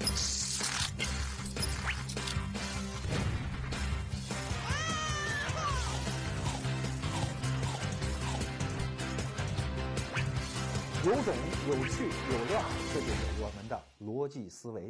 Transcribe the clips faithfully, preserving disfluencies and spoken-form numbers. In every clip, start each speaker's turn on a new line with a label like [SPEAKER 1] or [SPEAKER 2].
[SPEAKER 1] 有种有趣有料，这就是我们的逻辑思维。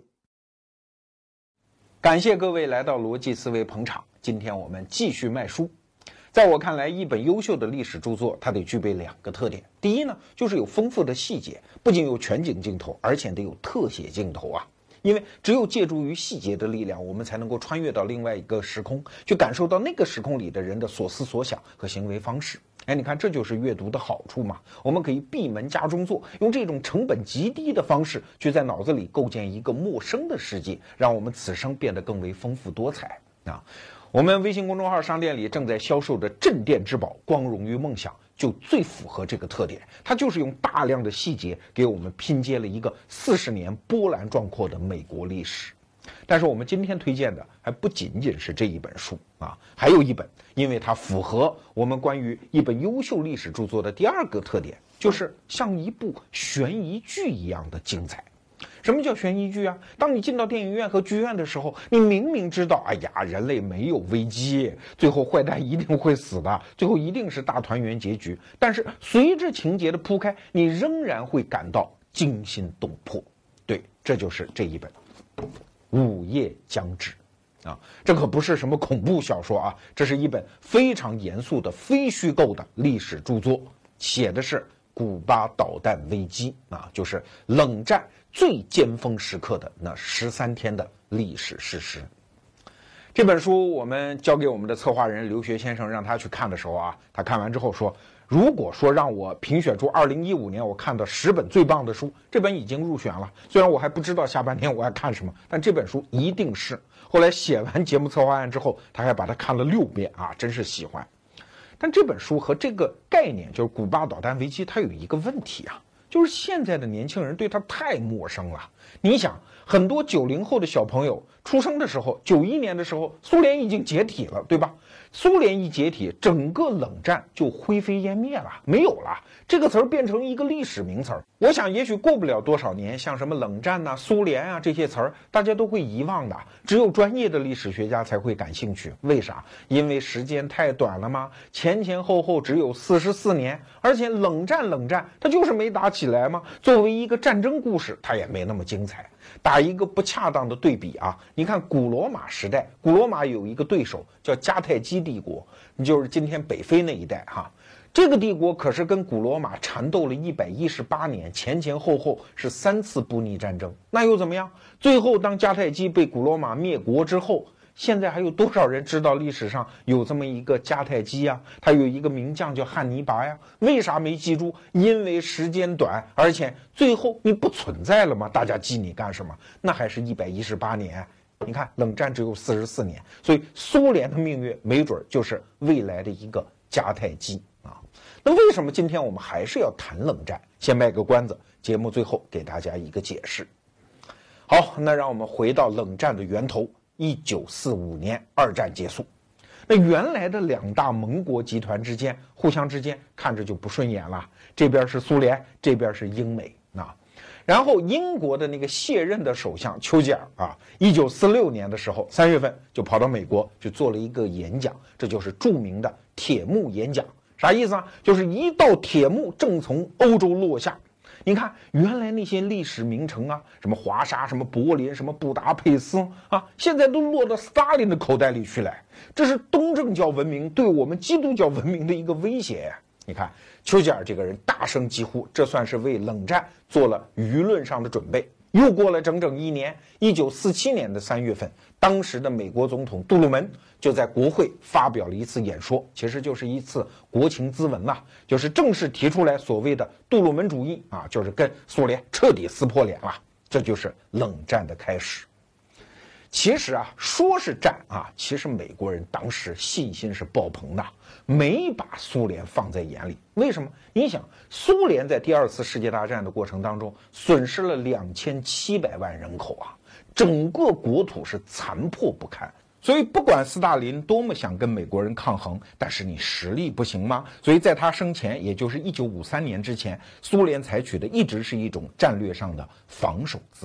[SPEAKER 1] 感谢各位来到逻辑思维捧场，今天我们继续卖书。在我看来，一本优秀的历史著作，它得具备两个特点。第一呢，就是有丰富的细节，不仅有全景镜头，而且得有特写镜头啊。因为只有借助于细节的力量，我们才能够穿越到另外一个时空，去感受到那个时空里的人的所思所想和行为方式。哎，你看，这就是阅读的好处嘛。我们可以闭门家中坐，用这种成本极低的方式，去在脑子里构建一个陌生的世界，让我们此生变得更为丰富多彩啊。我们微信公众号商店里正在销售的镇店之宝《光荣与梦想》，就最符合这个特点。它就是用大量的细节给我们拼接了一个四十年波澜壮阔的美国历史。但是我们今天推荐的还不仅仅是这一本书啊，还有一本，因为它符合我们关于一本优秀历史著作的第二个特点，就是像一部悬疑剧一样的精彩。什么叫悬疑剧啊？当你进到电影院和剧院的时候，你明明知道，哎呀，人类没有危机，最后坏蛋一定会死的，最后一定是大团圆结局，但是随着情节的铺开，你仍然会感到惊心动魄。对，这就是这一本午夜将至啊，这可不是什么恐怖小说啊，这是一本非常严肃的非虚构的历史著作，写的是古巴导弹危机啊，就是冷战最尖峰时刻的那十三天的历史事实。这本书我们交给我们的策划人刘学先生，让他去看的时候啊，他看完之后说，如果说让我评选出二零一五年我看的十本最棒的书，这本已经入选了。虽然我还不知道下半年我要看什么，但这本书一定是。后来写完节目策划案之后，他还把它看了六遍啊，真是喜欢。但这本书和这个概念，就是古巴导弹危机，它有一个问题啊，就是现在的年轻人对它太陌生了。你想，很多九零后的小朋友出生的时候，九一年的时候，苏联已经解体了，对吧？苏联一解体，整个冷战就灰飞烟灭了，没有了。这个词儿变成一个历史名词儿。我想，也许过不了多少年，像什么冷战呐、啊、苏联啊这些词儿，大家都会遗忘的。只有专业的历史学家才会感兴趣。为啥？因为时间太短了吗？前前后后只有四十四年，而且冷战冷战它就是没打起来吗？作为一个战争故事，它也没那么精彩。打一个不恰当的对比啊，你看古罗马时代，古罗马有一个对手叫迦太基帝国，就是今天北非那一带哈。这个帝国可是跟古罗马缠斗了一百一十八年，前前后后是三次布匿战争，那又怎么样？最后当迦太基被古罗马灭国之后，现在还有多少人知道历史上有这么一个迦太基啊？他有一个名将叫汉尼拔呀，为啥没记住？因为时间短，而且最后你不存在了吗？大家记你干什么？那还是一百一十八年。你看冷战只有四十四年，所以苏联的命运没准就是未来的一个迦太基啊。那为什么今天我们还是要谈冷战？先卖个关子，节目最后给大家一个解释。好，那让我们回到冷战的源头。一九四五年，二战结束。那原来的两大盟国集团之间，互相之间看着就不顺眼了。这边是苏联，这边是英美啊。然后英国的那个卸任的首相丘吉尔啊，一九四六年的时候三月份就跑到美国去做了一个演讲，这就是著名的铁幕演讲。啥意思啊？就是一道铁幕正从欧洲落下。你看，原来那些历史名城啊，什么华沙、什么柏林、什么布达佩斯啊，现在都落到斯大林的口袋里去了。这是东正教文明对我们基督教文明的一个威胁。你看，丘吉尔这个人大声疾呼，这算是为冷战做了舆论上的准备。又过了整整一年，一九四七年的三月份，当时的美国总统杜鲁门就在国会发表了一次演说，其实就是一次国情咨文啦，就是正式提出来所谓的杜鲁门主义啊，就是跟苏联彻底撕破脸了，这就是冷战的开始。其实啊，说是战啊，其实美国人当时信心是爆棚的，没把苏联放在眼里。为什么？你想，苏联在第二次世界大战的过程当中损失了两千七百万人口啊，整个国土是残破不堪。所以不管斯大林多么想跟美国人抗衡，但是你实力不行吗？所以在他生前，也就是一九五三年之前，苏联采取的一直是一种战略上的防守姿态。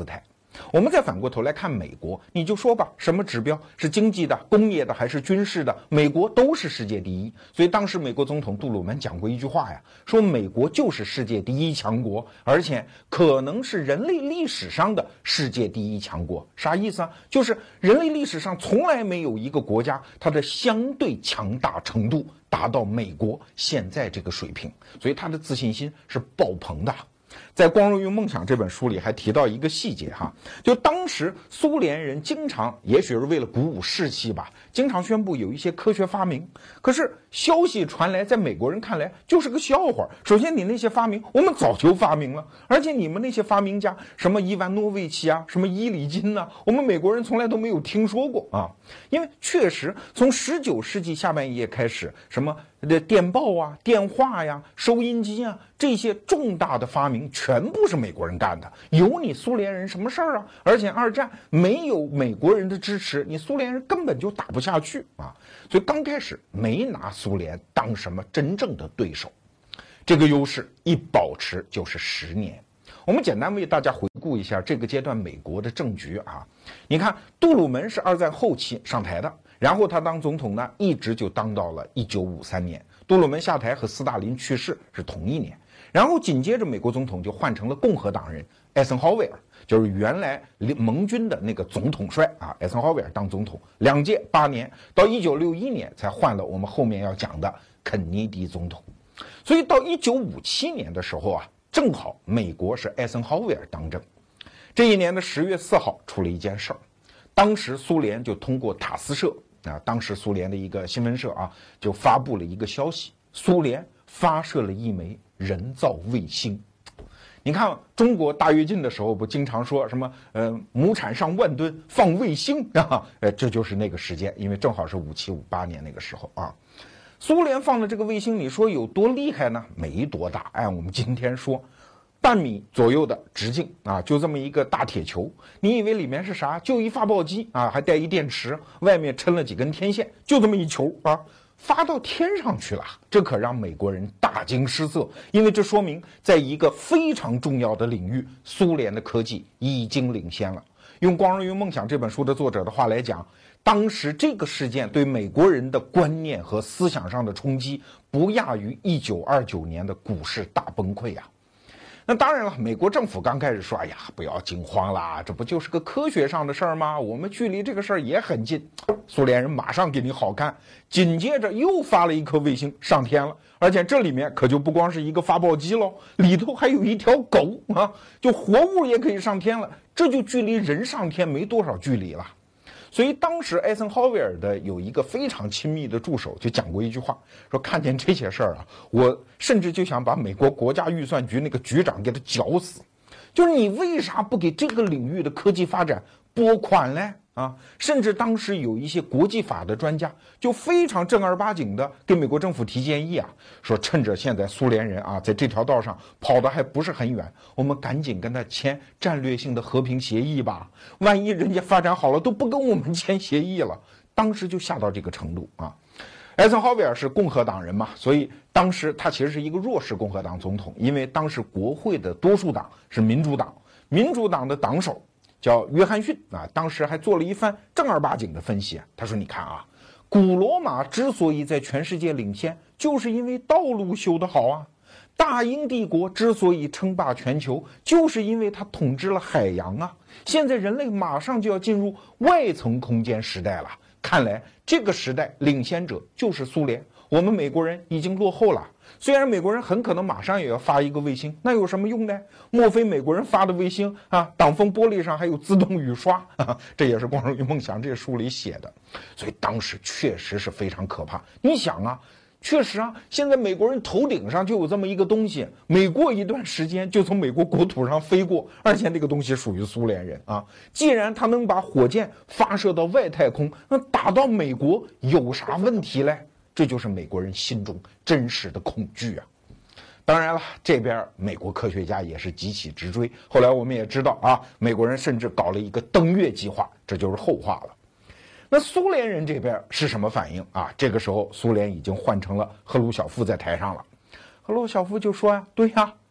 [SPEAKER 1] 我们再反过头来看美国，你就说吧，什么指标是经济的、工业的还是军事的，美国都是世界第一。所以当时美国总统杜鲁门讲过一句话呀，说美国就是世界第一强国，而且可能是人类历史上的世界第一强国。啥意思啊？就是人类历史上从来没有一个国家它的相对强大程度达到美国现在这个水平，所以他的自信心是爆棚的。在《光荣与梦想》这本书里还提到一个细节哈，就当时苏联人经常，也许是为了鼓舞士气吧，经常宣布有一些科学发明，可是消息传来，在美国人看来就是个笑话。首先，你那些发明我们早就发明了，而且你们那些发明家，什么伊万诺维奇啊，什么伊里金呐、啊，我们美国人从来都没有听说过啊。因为确实从十九世纪下半叶开始，什么电报啊、电话呀、收音机啊，这些重大的发明全部是美国人干的，有你苏联人什么事儿啊？而且二战没有美国人的支持，你苏联人根本就打不下去啊！所以刚开始没拿苏联当什么真正的对手，这个优势一保持就是十年。我们简单为大家回顾一下这个阶段美国的政局啊。你看，杜鲁门是二战后期上台的，然后他当总统呢，一直就当到了一九五三年。杜鲁门下台和斯大林去世是同一年，然后紧接着美国总统就换成了共和党人艾森豪威尔，就是原来盟军的那个总统帅啊，艾森豪威尔当总统，两届八年，到一九六一年才换了我们后面要讲的肯尼迪总统。所以到一九五七年的时候啊，正好美国是艾森豪威尔当政。这一年的十月四号出了一件事儿，当时苏联就通过塔斯社啊，当时苏联的一个新闻社啊，就发布了一个消息，苏联发射了一枚人造卫星。你看中国大跃进的时候不经常说什么呃亩产上万吨放卫星啊，呃这就是那个时间，因为正好是五七五八年那个时候啊。苏联放的这个卫星，你说有多厉害呢？没多大，按我们今天说，半米左右的直径啊，就这么一个大铁球。你以为里面是啥？就一发报机啊，还带一电池，外面抻了几根天线，就这么一球啊，发到天上去了。这可让美国人大惊失色，因为这说明在一个非常重要的领域，苏联的科技已经领先了。用《光荣与梦想》这本书的作者的话来讲，当时这个事件对美国人的观念和思想上的冲击，不亚于一九二九年的股市大崩溃啊。那当然了，美国政府刚开始说，哎呀，不要惊慌啦，这不就是个科学上的事儿吗？我们距离这个事儿也很近。苏联人马上给你好看，紧接着又发了一颗卫星上天了，而且这里面可就不光是一个发报机喽，里头还有一条狗啊，就活物也可以上天了，这就距离人上天没多少距离了。所以当时艾森豪威尔的有一个非常亲密的助手就讲过一句话，说看见这些事儿啊，我甚至就想把美国国家预算局那个局长给他绞死，就是你为啥不给这个领域的科技发展拨款嘞？啊，甚至当时有一些国际法的专家就非常正儿八经的给美国政府提建议啊，说趁着现在苏联人啊在这条道上跑得还不是很远，我们赶紧跟他签战略性的和平协议吧，万一人家发展好了都不跟我们签协议了。当时就下到这个程度啊。艾森豪威尔是共和党人嘛，所以当时他其实是一个弱势共和党总统，因为当时国会的多数党是民主党，民主党的党首叫约翰逊啊，当时还做了一番正儿八经的分析。他说：“你看啊，古罗马之所以在全世界领先，就是因为道路修得好啊；大英帝国之所以称霸全球，就是因为它统治了海洋啊。现在人类马上就要进入外层空间时代了，看来这个时代领先者就是苏联，我们美国人已经落后了。”虽然美国人很可能马上也要发一个卫星，那有什么用呢？莫非美国人发的卫星啊，挡风玻璃上还有自动雨刷？啊、这也是《光荣与梦想》这书里写的。所以当时确实是非常可怕。你想啊，确实啊，现在美国人头顶上就有这么一个东西，每过一段时间就从美国国土上飞过，而且那个东西属于苏联人啊。既然他能把火箭发射到外太空，那打到美国有啥问题嘞？这就是美国人心中真实的恐惧啊！当然了，这边美国科学家也是急起直追。后来我们也知道啊，美国人甚至搞了一个登月计划，这就是后话了。那苏联人这边是什么反应啊？这个时候苏联已经换成了赫鲁晓夫在台上了。赫鲁晓夫就说呀、啊：“对呀，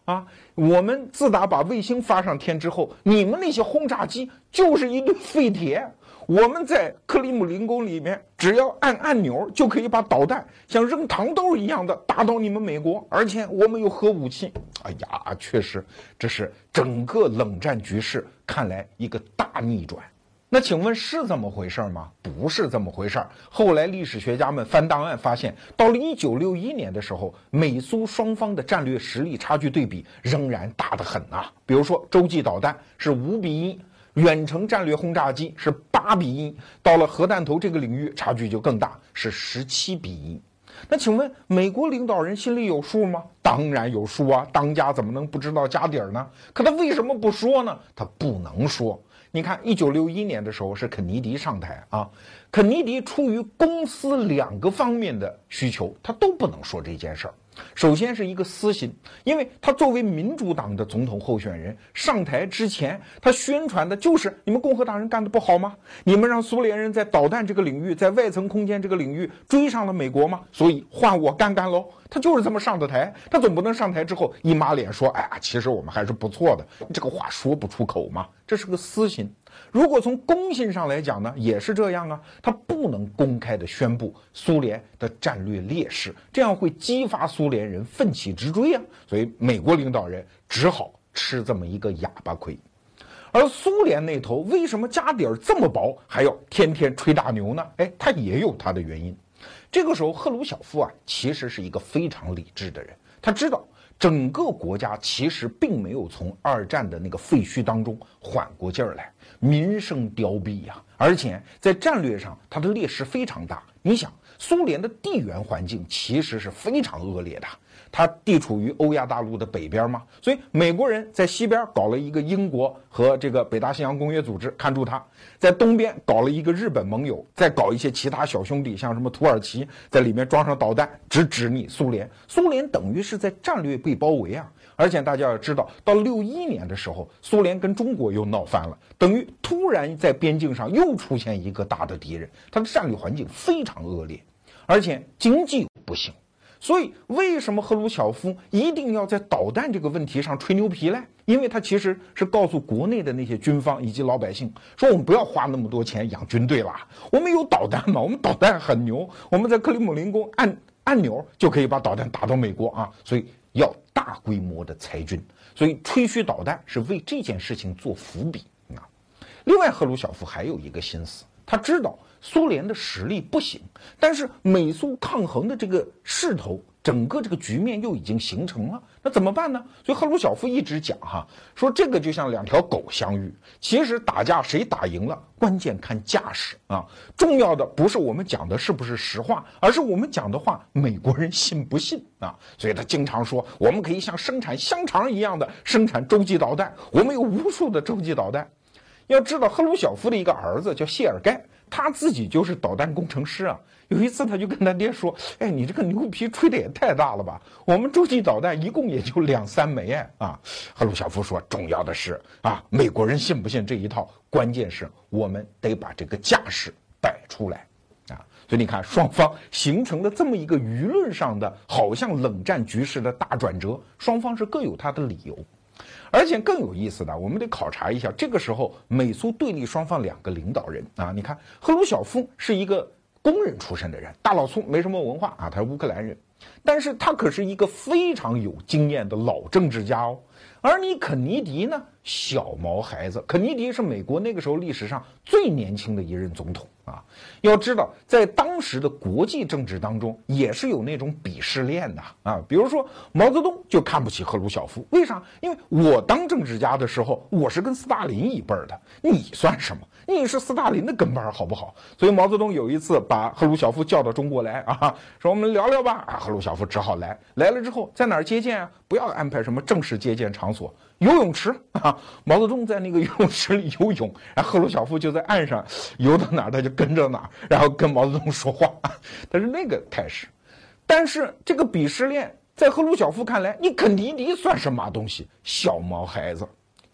[SPEAKER 1] 啊，我们自打把卫星发上天之后，你们那些轰炸机就是一堆废铁。我们在克里姆林宫里面，只要按按钮就可以把导弹像扔糖豆一样的打到你们美国，而且我们有核武器。哎呀，确实，这是整个冷战局势看来一个大逆转。那请问是这么回事吗？不是这么回事。后来历史学家们翻档案发现，到了一九六一年的时候，美苏双方的战略实力差距对比仍然大得很啊。比如说洲际导弹是五比一，远程战略轰炸机是八比一，到了核弹头这个领域差距就更大，是十七比一。那请问美国领导人心里有数吗？当然有数啊，当家怎么能不知道家底儿呢？可他为什么不说呢？他不能说。你看一九六一年的时候是肯尼迪上台啊，肯尼迪出于公司两个方面的需求，他都不能说这件事儿。首先是一个私心，因为他作为民主党的总统候选人上台之前，他宣传的就是你们共和党人干的不好吗？你们让苏联人在导弹这个领域，在外层空间这个领域追上了美国吗？所以换我干干喽。他就是这么上的台，他总不能上台之后一抹脸说，哎呀，其实我们还是不错的，你这个话说不出口嘛，这是个私心。如果从公信上来讲呢，也是这样啊，他不能公开的宣布苏联的战略劣势，这样会激发苏联人奋起直追啊，所以美国领导人只好吃这么一个哑巴亏。而苏联那头为什么家底儿这么薄，还要天天吹大牛呢？哎，他也有他的原因。这个时候赫鲁晓夫啊，其实是一个非常理智的人，他知道整个国家其实并没有从二战的那个废墟当中缓过劲儿来，民生凋敝呀、啊，而且在战略上它的劣势非常大。你想，苏联的地缘环境其实是非常恶劣的，它地处于欧亚大陆的北边嘛，所以美国人在西边搞了一个英国和这个北大西洋公约组织看住它，在东边搞了一个日本盟友，再搞一些其他小兄弟，像什么土耳其，在里面装上导弹，直指你苏联。苏联等于是在战略被包围啊！而且大家要知道，到六一年的时候，苏联跟中国又闹翻了，等于突然在边境上又出现一个大的敌人，它的战略环境非常恶劣，而且经济不行。所以为什么赫鲁晓夫一定要在导弹这个问题上吹牛皮呢？因为他其实是告诉国内的那些军方以及老百姓，说我们不要花那么多钱养军队啦，我们有导弹嘛，我们导弹很牛，我们在克里姆林宫按按钮就可以把导弹打到美国啊，所以要大规模的裁军，所以吹嘘导弹是为这件事情做伏笔啊。另外，赫鲁晓夫还有一个心思，他知道苏联的实力不行，但是美苏抗衡的这个势头，整个这个局面又已经形成了，那怎么办呢？所以赫鲁晓夫一直讲哈，说这个就像两条狗相遇，其实打架谁打赢了，关键看架势啊。重要的不是我们讲的是不是实话，而是我们讲的话美国人信不信啊。所以他经常说，我们可以像生产香肠一样的生产洲际导弹，我们有无数的洲际导弹。要知道赫鲁晓夫的一个儿子叫谢尔盖，他自己就是导弹工程师啊。有一次他就跟他爹说，哎，你这个牛皮吹的也太大了吧，我们洲际导弹一共也就两三枚哎啊。赫鲁晓夫说，重要的是啊，美国人信不信这一套，关键是我们得把这个架势摆出来啊。所以你看，双方形成了这么一个舆论上的好像冷战局势的大转折，双方是各有他的理由。而且更有意思的，我们得考察一下这个时候美苏对立双方两个领导人啊。你看赫鲁晓夫是一个工人出身的人，大老粗，没什么文化啊，他是乌克兰人，但是他可是一个非常有经验的老政治家哦。而你肯尼迪呢，小毛孩子，肯尼迪是美国那个时候历史上最年轻的一任总统啊。要知道，在当时的国际政治当中，也是有那种鄙视链的啊。比如说毛泽东就看不起赫鲁晓夫，为啥？因为我当政治家的时候，我是跟斯大林一辈儿的，你算什么？你是斯大林的跟班好不好？所以毛泽东有一次把赫鲁晓夫叫到中国来啊，说我们聊聊吧啊。赫鲁晓夫只好来，来了之后在哪儿接见啊？不要安排什么正式接见场所，游泳池啊。毛泽东在那个游泳池里游泳，然后赫鲁晓夫就在岸上游到哪儿他就跟着哪儿，然后跟毛泽东说话，但是那个态势。但是这个鄙视链在赫鲁晓夫看来，你肯尼迪算什么东西？小毛孩子。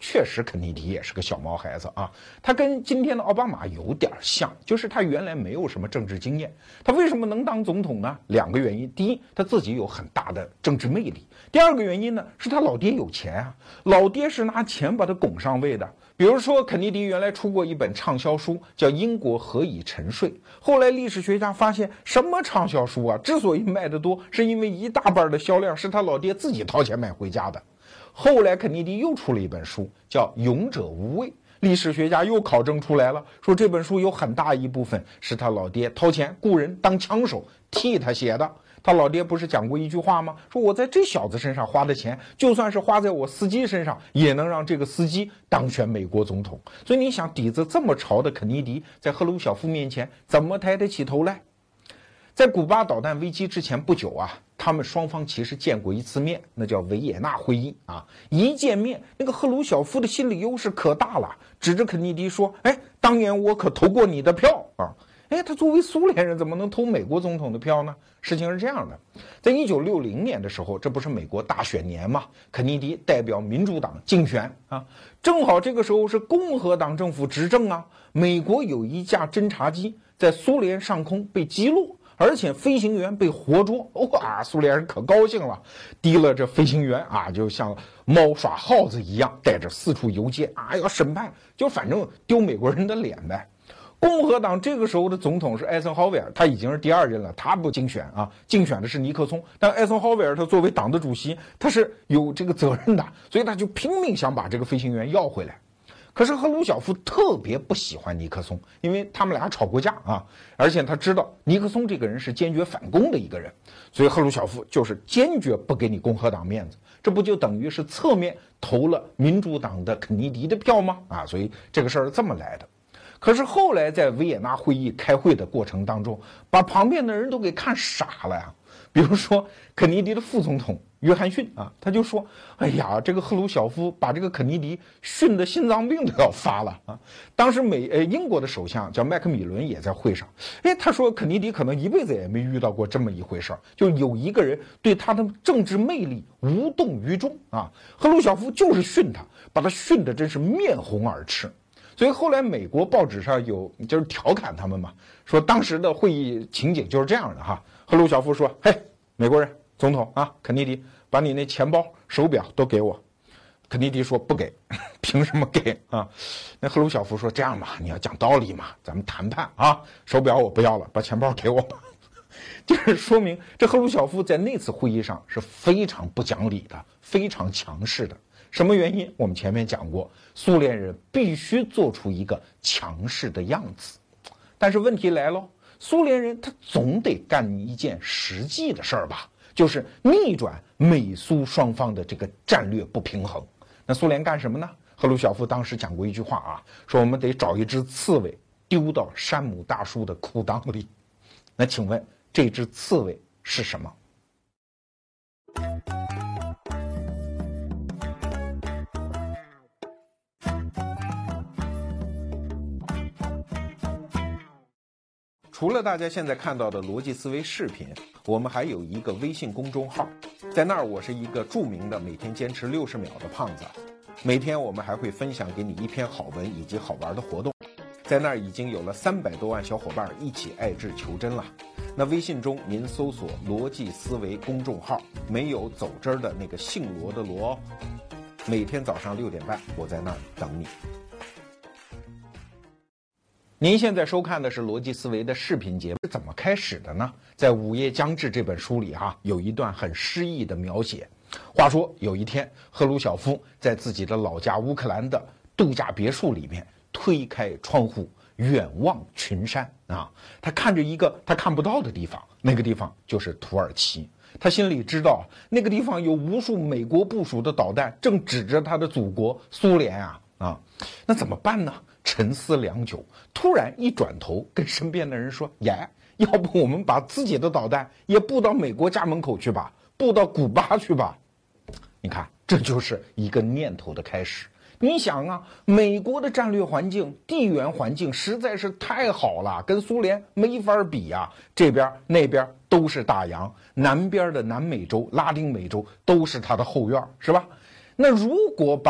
[SPEAKER 1] 确实肯尼迪也是个小毛孩子啊，他跟今天的奥巴马有点像，就是他原来没有什么政治经验，他为什么能当总统呢？两个原因，第一，他自己有很大的政治魅力；第二个原因呢，是他老爹有钱啊，老爹是拿钱把他拱上位的。比如说，肯尼迪原来出过一本畅销书，叫《英国何以沉睡》。后来历史学家发现，什么畅销书啊？之所以卖得多，是因为一大半的销量是他老爹自己掏钱买回家的。后来肯尼迪又出了一本书，叫《勇者无畏》。历史学家又考证出来了，说这本书有很大一部分是他老爹掏钱雇人当枪手替他写的。他老爹不是讲过一句话吗？说我在这小子身上花的钱，就算是花在我司机身上，也能让这个司机当选美国总统。所以你想，底子这么潮的肯尼迪，在赫鲁晓夫面前怎么抬得起头来？在古巴导弹危机之前不久啊，他们双方其实见过一次面，那叫维也纳会议啊。一见面，那个赫鲁晓夫的心理优势可大了，指着肯尼迪说：“哎，当年我可投过你的票啊！”哎，他作为苏联人怎么能投美国总统的票呢？事情是这样的，在一九六零年的时候，这不是美国大选年嘛？肯尼迪代表民主党竞选啊，正好这个时候是共和党政府执政啊。美国有一架侦察机在苏联上空被击落，而且飞行员被活捉，哇！苏联人可高兴了，提了这飞行员啊，就像猫耍耗子一样，带着四处游街啊，要审判，就反正丢美国人的脸呗。共和党这个时候的总统是艾森豪威尔，他已经是第二任了，他不竞选啊，竞选的是尼克松。但艾森豪威尔他作为党的主席，他是有这个责任的，所以他就拼命想把这个飞行员要回来。可是赫鲁晓夫特别不喜欢尼克松，因为他们俩吵过架啊，而且他知道尼克松这个人是坚决反攻的一个人，所以赫鲁晓夫就是坚决不给你共和党面子，这不就等于是侧面投了民主党的肯尼迪的票吗？啊，所以这个事儿是这么来的。可是后来在维也纳会议开会的过程当中，把旁边的人都给看傻了呀。比如说肯尼迪的副总统约翰逊啊，他就说：“哎呀，这个赫鲁晓夫把这个肯尼迪训得心脏病都要发了啊！”当时美呃英国的首相叫麦克米伦也在会上，哎，他说肯尼迪可能一辈子也没遇到过这么一回事儿，就有一个人对他的政治魅力无动于衷啊。赫鲁晓夫就是训他，把他训得真是面红耳赤。所以后来美国报纸上有就是调侃他们嘛，说当时的会议情景就是这样的哈。赫鲁晓夫说：“嘿，美国人总统啊，肯尼迪，把你那钱包、手表都给我。”肯尼迪说：“不给，凭什么给啊？”那赫鲁晓夫说：“这样吧，你要讲道理嘛，咱们谈判啊。手表我不要了，把钱包给我吧。”就是说明这赫鲁晓夫在那次会议上是非常不讲理的，非常强势的。什么原因？我们前面讲过，苏联人必须做出一个强势的样子。但是问题来了，苏联人他总得干一件实际的事儿吧，就是逆转美苏双方的这个战略不平衡。那苏联干什么呢？赫鲁晓夫当时讲过一句话啊，说我们得找一只刺猬丢到山姆大叔的裤裆里。那请问这只刺猬是什么？除了大家现在看到的逻辑思维视频，我们还有一个微信公众号，在那儿我是一个著名的每天坚持六十秒的胖子，每天我们还会分享给你一篇好文以及好玩的活动，在那儿已经有了三百多万小伙伴一起爱智求真了。那微信中您搜索逻辑思维公众号，没有走之儿的那个姓罗的罗哦。每天早上六点半，我在那儿等你。您现在收看的是逻辑思维的视频节目，是怎么开始的呢？在《午夜将至》这本书里哈、啊，有一段很诗意的描写。话说有一天，赫鲁晓夫在自己的老家乌克兰的度假别墅里面推开窗户，远望群山啊，他看着一个他看不到的地方，那个地方就是土耳其。他心里知道，那个地方有无数美国部署的导弹正指着他的祖国苏联啊啊，那怎么办呢？沉思良久，突然一转头跟身边的人说：“耶，要不我们把自己的导弹也布到美国家门口去吧，布到古巴去吧。”你看，这就是一个念头的开始。你想啊，美国的战略环境、地缘环境实在是太好了，跟苏联没法比呀、啊。这边那边都是大洋，南边的南美洲、拉丁美洲都是它的后院，是吧？那如果把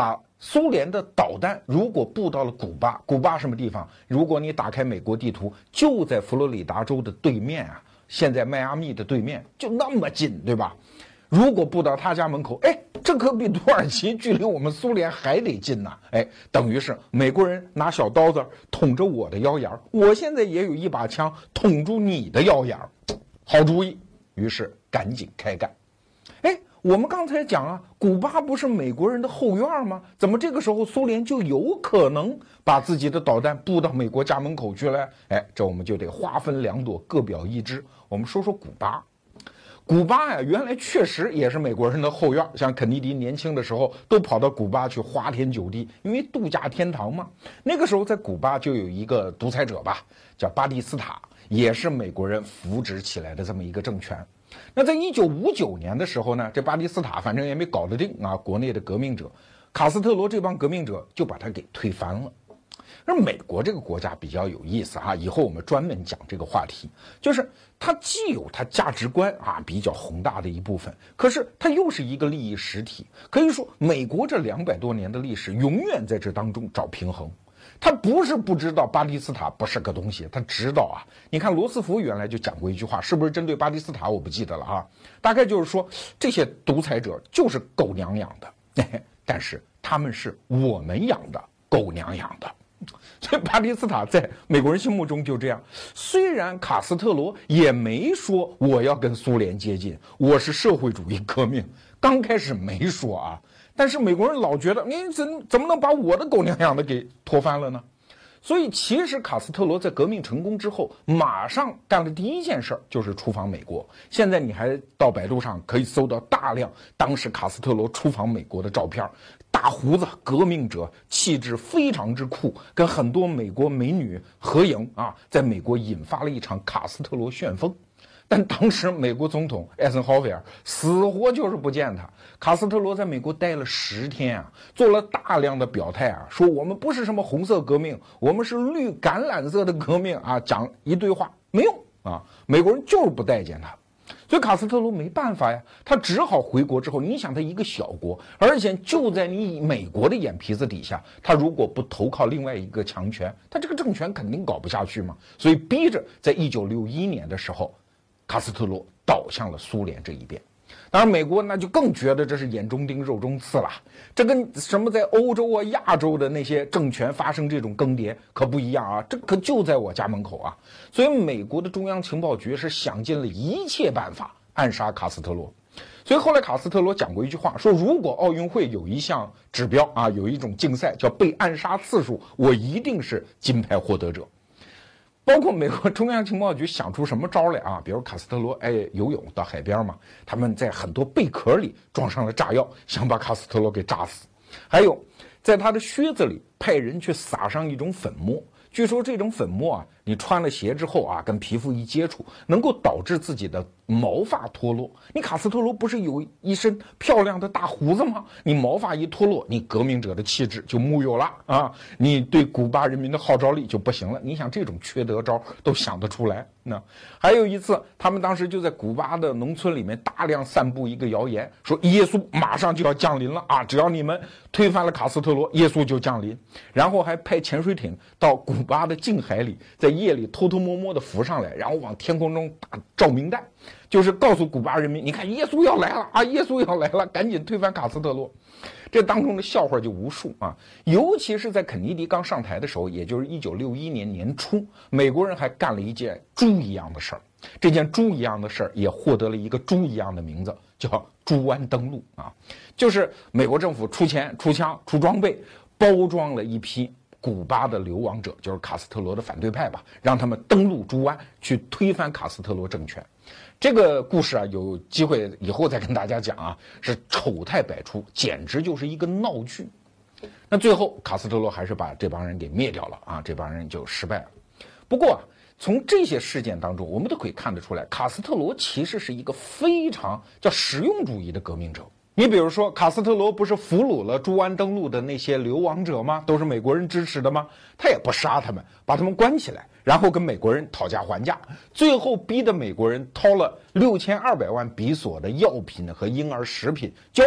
[SPEAKER 1] 苏联的导弹如果布到了古巴，古巴什么地方？如果你打开美国地图，就在佛罗里达州的对面啊，现在迈阿密的对面，就那么近，对吧？如果布到他家门口，哎，这可比土耳其距离我们苏联还得近呐！哎，等于是美国人拿小刀子捅着我的腰眼儿，我现在也有一把枪捅住你的腰眼儿，好主意。于是赶紧开干。哎，我们刚才讲啊，古巴不是美国人的后院吗？怎么这个时候苏联就有可能把自己的导弹布到美国家门口去了？哎，这我们就得划分两朵，各表一枝。我们说说古巴。古巴呀，原来确实也是美国人的后院，像肯尼迪年轻的时候都跑到古巴去花天酒地，因为度假天堂嘛。那个时候在古巴就有一个独裁者吧，叫巴蒂斯塔，也是美国人扶植起来的这么一个政权。那在一九五九年的时候呢，这巴蒂斯塔反正也没搞得定啊，国内的革命者卡斯特罗这帮革命者就把他给推翻了。而美国这个国家比较有意思啊，以后我们专门讲这个话题，就是它既有它价值观啊比较宏大的一部分，可是它又是一个利益实体。可以说，美国这两百多年的历史永远在这当中找平衡。他不是不知道巴蒂斯塔不是个东西，他知道啊。你看罗斯福原来就讲过一句话，是不是针对巴蒂斯塔我不记得了啊，大概就是说这些独裁者就是狗娘养的，但是他们是我们养的狗娘养的。所以巴蒂斯塔在美国人心目中就这样，虽然卡斯特罗也没说我要跟苏联接近，我是社会主义革命，刚开始没说啊，但是美国人老觉得你怎怎么能把我的狗娘养的给拖翻了呢？所以其实卡斯特罗在革命成功之后，马上干的第一件事就是出访美国。现在你还到百度上可以搜到大量当时卡斯特罗出访美国的照片，大胡子革命者，气质非常之酷，跟很多美国美女合影啊，在美国引发了一场卡斯特罗旋风。但当时美国总统艾森豪威尔死活就是不见他。卡斯特罗在美国待了十天啊，做了大量的表态啊，说我们不是什么红色革命，我们是绿橄榄色的革命啊，讲一堆话没用啊，美国人就是不待见他。所以卡斯特罗没办法呀，他只好回国之后，你想他一个小国，而且就在你美国的眼皮子底下，他如果不投靠另外一个强权，他这个政权肯定搞不下去嘛。所以逼着在一九六一年的时候，卡斯特罗倒向了苏联这一边。当然美国那就更觉得这是眼中钉肉中刺了，这跟什么在欧洲啊亚洲的那些政权发生这种更迭可不一样啊，这可就在我家门口啊。所以美国的中央情报局是想尽了一切办法暗杀卡斯特罗。所以后来卡斯特罗讲过一句话，说如果奥运会有一项指标啊，有一种竞赛叫被暗杀次数，我一定是金牌获得者。包括美国中央情报局想出什么招来啊？比如卡斯特罗爱游泳到海边嘛，他们在很多贝壳里装上了炸药，想把卡斯特罗给炸死。还有在他的靴子里派人去撒上一种粉末，据说这种粉末啊，你穿了鞋之后啊，跟皮肤一接触，能够导致自己的毛发脱落。你卡斯特罗不是有一身漂亮的大胡子吗？你毛发一脱落，你革命者的气质就木有了啊！你对古巴人民的号召力就不行了。你想这种缺德招都想得出来。那还有一次，他们当时就在古巴的农村里面大量散布一个谣言，说耶稣马上就要降临了啊！只要你们推翻了卡斯特罗，耶稣就降临。然后还派潜水艇到古巴的近海里，在夜里偷偷摸摸的浮上来，然后往天空中打照明弹，就是告诉古巴人民，你看耶稣要来了啊，耶稣要来了，赶紧推翻卡斯特罗。这当中的笑话就无数啊，尤其是在肯尼迪刚上台的时候，也就是一九六一年年初，美国人还干了一件猪一样的事儿。这件猪一样的事儿也获得了一个猪一样的名字，叫猪湾登陆啊，就是美国政府出钱、出枪、出装备，包装了一批古巴的流亡者，就是卡斯特罗的反对派吧，让他们登陆猪湾去推翻卡斯特罗政权。这个故事啊，有机会以后再跟大家讲啊，是丑态百出，简直就是一个闹剧。那最后卡斯特罗还是把这帮人给灭掉了啊，这帮人就失败了。不过啊，从这些事件当中，我们都可以看得出来，卡斯特罗其实是一个非常叫实用主义的革命者。你比如说，卡斯特罗不是俘虏了猪湾登陆的那些流亡者吗？都是美国人支持的吗？他也不杀他们，把他们关起来，然后跟美国人讨价还价，最后逼得美国人掏了六千二百万比索的药品和婴儿食品交换，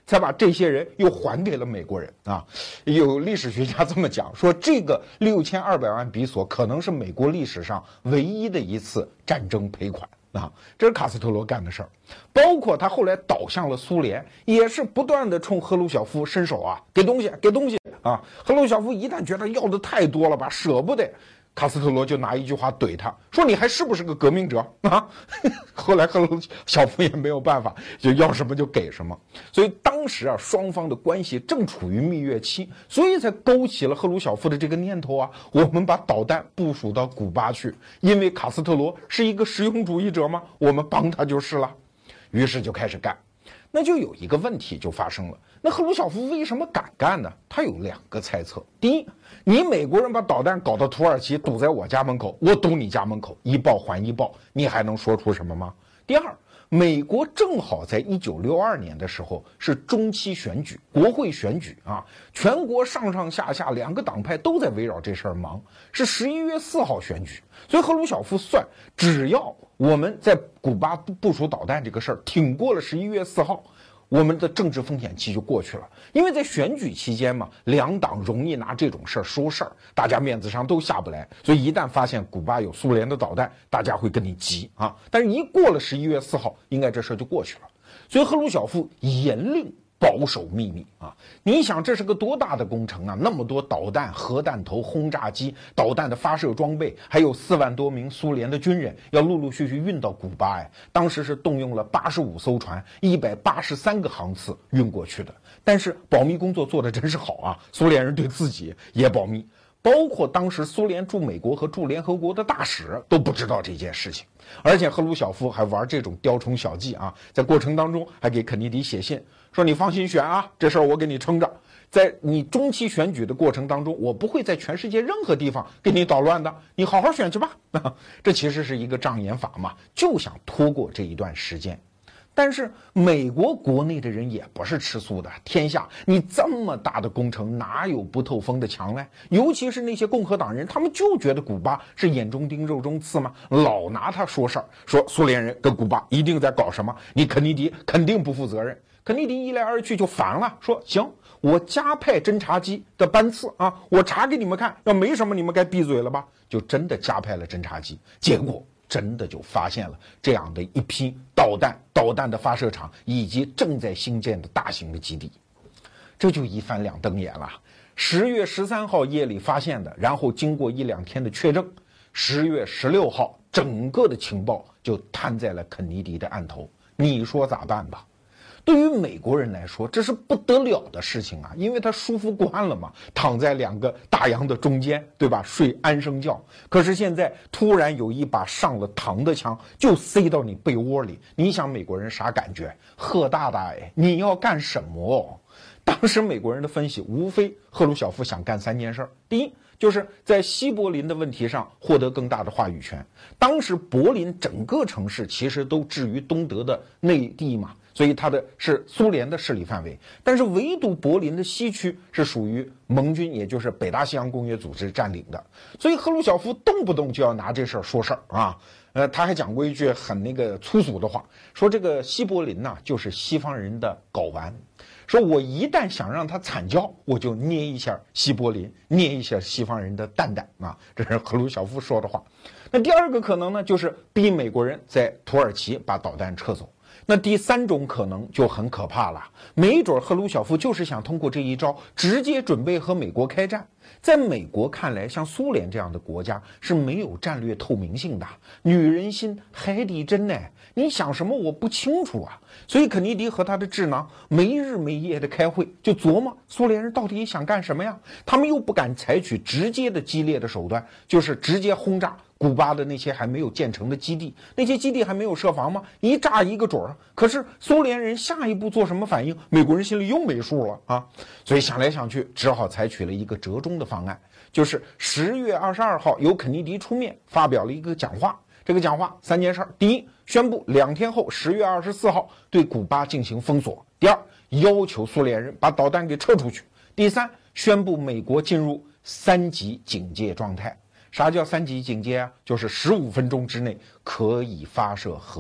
[SPEAKER 1] 才把这些人又还给了美国人啊。有历史学家这么讲，说这个六千二百万比索可能是美国历史上唯一的一次战争赔款。啊，这是卡斯特罗干的事儿，包括他后来倒向了苏联，也是不断的冲赫鲁晓夫伸手啊，给东西，给东西啊。赫鲁晓夫一旦觉得要的太多了吧，舍不得，卡斯特罗就拿一句话怼他，说你还是不是个革命者啊？后来赫鲁晓夫也没有办法，就要什么就给什么。所以当时啊，双方的关系正处于蜜月期，所以才勾起了赫鲁晓夫的这个念头啊，我们把导弹部署到古巴去，因为卡斯特罗是一个实用主义者嘛，我们帮他就是了。于是就开始干。那就有一个问题就发生了，那赫鲁晓夫为什么敢干呢？他有两个猜测。第一，你美国人把导弹搞到土耳其，堵在我家门口，我堵你家门口，一报还一报，你还能说出什么吗？第二，美国正好在一九六二年的时候是中期选举，国会选举啊，全国上上下下两个党派都在围绕这事儿忙，是十一月四号选举，所以赫鲁晓夫算，只要我们在古巴部署导弹这个事儿挺过了十一月四号，我们的政治风险期就过去了。因为在选举期间嘛，两党容易拿这种事儿说事儿，大家面子上都下不来，所以一旦发现古巴有苏联的导弹，大家会跟你急啊。但是一过了十一月四号，应该这事儿就过去了。所以赫鲁晓夫严令保守秘密啊！你想这是个多大的工程啊？那么多导弹、核弹头、轰炸机、导弹的发射装备，还有四万多名苏联的军人要陆陆续续运到古巴。哎，当时是动用了八十五艘船、一百八十三个航次运过去的。但是保密工作做得真是好啊！苏联人对自己也保密。包括当时苏联驻美国和驻联合国的大使都不知道这件事情，而且赫鲁晓夫还玩这种雕虫小技啊，在过程当中还给肯尼迪写信说你放心选啊，这事儿我给你撑着，在你中期选举的过程当中，我不会在全世界任何地方给你捣乱的，你好好选去吧。这其实是一个障眼法嘛，就想拖过这一段时间。但是美国国内的人也不是吃素的，天下你这么大的工程哪有不透风的墙嘞？尤其是那些共和党人，他们就觉得古巴是眼中钉肉中刺嘛，老拿他说事儿，说苏联人跟古巴一定在搞什么，你肯尼迪肯定不负责任。肯尼迪一来二去就烦了，说行，我加派侦察机的班次啊，我查给你们看，要没什么你们该闭嘴了吧？就真的加派了侦察机，结果真的就发现了这样的一批导弹、导弹的发射场以及正在兴建的大型的基地，这就一翻两瞪眼了。十月十三号夜里发现的，然后经过一两天的确证，十月十六号整个的情报就摊在了肯尼迪的案头，你说咋办吧？对于美国人来说，这是不得了的事情啊，因为他舒服惯了嘛，躺在两个大洋的中间，对吧？睡安生觉。可是现在突然有一把上了膛的枪，就塞到你被窝里，你想美国人啥感觉？贺大大哎，你要干什么哦？当时美国人的分析无非赫鲁晓夫想干三件事儿，第一，就是在西柏林的问题上获得更大的话语权。当时柏林整个城市其实都置于东德的内地嘛，所以它的是苏联的势力范围，但是唯独柏林的西区是属于盟军，也就是北大西洋公约组织占领的，所以赫鲁晓夫动不动就要拿这事儿说事儿啊。呃，他还讲过一句很那个粗俗的话，说这个西柏林呐、啊，就是西方人的睾丸，说我一旦想让他惨叫，我就捏一下西柏林，捏一下西方人的蛋蛋啊，这是赫鲁晓夫说的话。那第二个可能呢，就是逼美国人在土耳其把导弹撤走。那第三种可能就很可怕了，没准赫鲁晓夫就是想通过这一招直接准备和美国开战。在美国看来，像苏联这样的国家是没有战略透明性的，女人心海底针呢，你想什么我不清楚啊。所以肯尼迪和他的智囊没日没夜的开会，就琢磨苏联人到底想干什么呀？他们又不敢采取直接的激烈的手段，就是直接轰炸古巴的那些还没有建成的基地，那些基地还没有设防吗？一炸一个准儿。可是苏联人下一步做什么反应，美国人心里又没数了啊！所以想来想去，只好采取了一个折中的方案，就是十月二十二号由肯尼迪出面发表了一个讲话。这个讲话三件事：第一，宣布两天后十月二十四号对古巴进行封锁；第二，要求苏联人把导弹给撤出去；第三，宣布美国进入三级警戒状态。啥叫三级警戒啊？就是十五分钟之内可以发射核弹。